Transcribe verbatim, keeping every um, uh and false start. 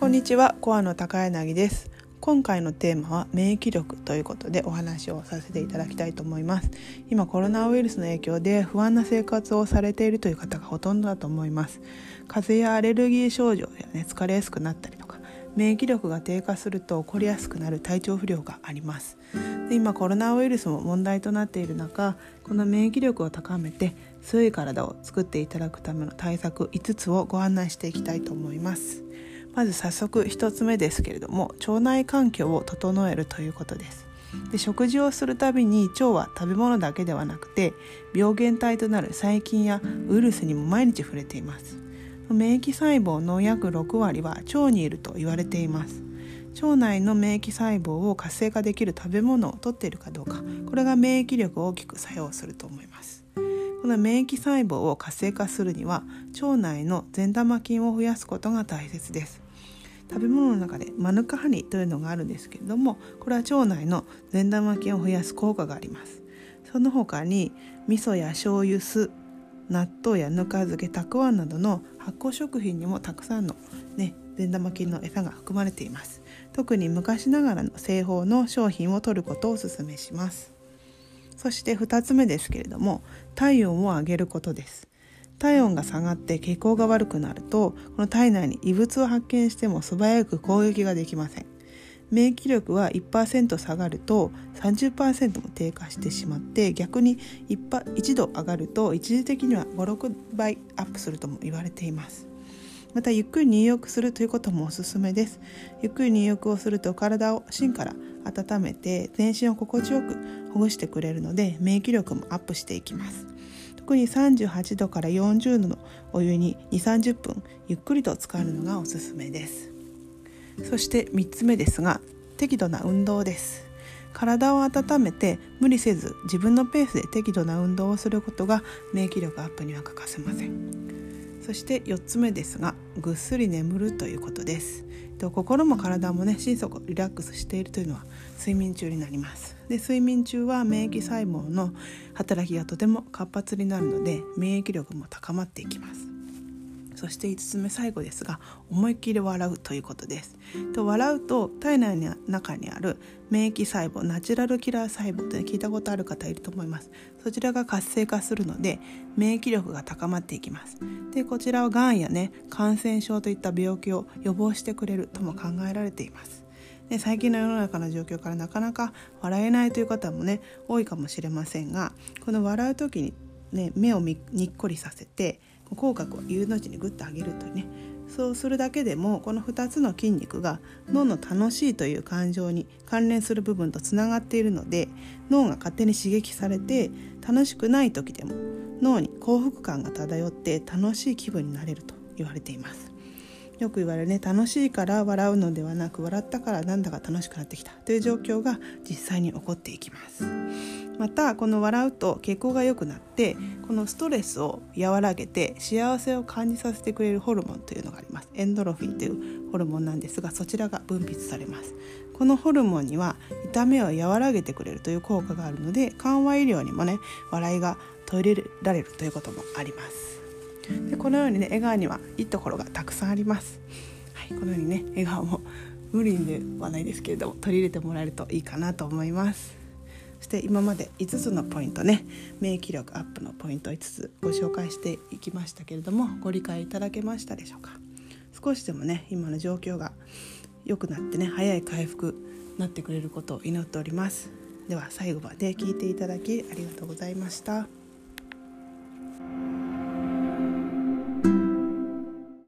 こんにちは、コアの高柳です。今回のテーマは免疫力ということでお話をさせていただきたいと思います。今コロナウイルスの影響で不安な生活をされているという方がほとんどだと思います。風邪やアレルギー症状や、ね、疲れやすくなったりとか、免疫力が低下すると起こりやすくなる体調不良があります。で今コロナウイルスも問題となっている中、この免疫力を高めて強い体を作っていただくための対策いつつをご案内していきたいと思います。まず早速ひとつめですけれども、腸内環境を整えるということです。で食事をするたびに腸は食べ物だけではなくて病原体となる細菌やウイルスにも毎日触れています。免疫細胞の約ろくわりは腸にいると言われています。腸内の免疫細胞を活性化できる食べ物を摂っているかどうか、これが免疫力を大きく作用すると思います。この免疫細胞を活性化するには腸内の善玉菌を増やすことが大切です。食べ物の中でマヌカハニというのがあるんですけれども、これは腸内の善玉菌を増やす効果があります。その他に味噌や醤油、酢、納豆やぬか漬け、たくあんなどの発酵食品にもたくさんの、ね、善玉菌の餌が含まれています。特に昔ながらの製法の商品を摂ることをお勧めします。そしてふたつめですけれども、体温を上げることです。体温が下がって血行が悪くなると、この体内に異物を発見しても素早く攻撃ができません。免疫力は いちパーセント 下がると さんじゅっパーセント も低下してしまって、逆に いちど上がると一時的にはご、ろくばいアップするとも言われています。またゆっくり入浴するということもおすすめです。ゆっくり入浴をすると体を芯から温めて全身を心地よくほぐしてくれるので、免疫力もアップしていきます。特にさんじゅうはちどからよんじゅうどのお湯にに、さんじゅっぷんゆっくりと浸かるのがおすすめです。そしてみっつめですが、適度な運動です。体を温めて無理せず自分のペースで適度な運動をすることが免疫力アップには欠かせません。そしてよっつめですが、ぐっすり眠るということです。心も体もね、心底リラックスしているというのは睡眠中になります。で睡眠中は免疫細胞の働きがとても活発になるので、免疫力も高まっていきます。そしていつつめ、最後ですが、思いっきり笑うということです。と笑うと体内の中にある免疫細胞、ナチュラルキラー細胞って、ね、聞いたことある方いると思います。そちらが活性化するので免疫力が高まっていきます。でこちらはがんやね、感染症といった病気を予防してくれるとも考えられています。で最近の世の中の状況からなかなか笑えないという方もね、多いかもしれませんが、この笑う時に、ね、目をにっこりさせて口角を U の字にグッと上げるというね、そうするだけでもこのふたつの筋肉が脳の楽しいという感情に関連する部分とつながっているので、脳が勝手に刺激されて楽しくない時でも脳に幸福感が漂って楽しい気分になれると言われています。よく言われるね、楽しいから笑うのではなく、笑ったからなんだか楽しくなってきたという状況が実際に起こっていきます。またこの笑うと血行が良くなって、このストレスを和らげて幸せを感じさせてくれるホルモンというのがあります。エンドロフィンというホルモンなんですが、そちらが分泌されます。このホルモンには痛みを和らげてくれるという効果があるので、緩和医療にもね、笑いが取り入れられるということもあります。でこのようにね、笑顔にはいいところがたくさんあります。はい、このようにね、笑顔も無理ではないですけれども取り入れてもらえるといいかなと思います。そして今までいつつのポイントね、免疫力アップのポイントをいつつご紹介していきましたけれども、ご理解いただけましたでしょうか。少しでもね、今の状況が良くなってね、早い回復になってくれることを祈っております。では最後まで聞いていただきありがとうございました。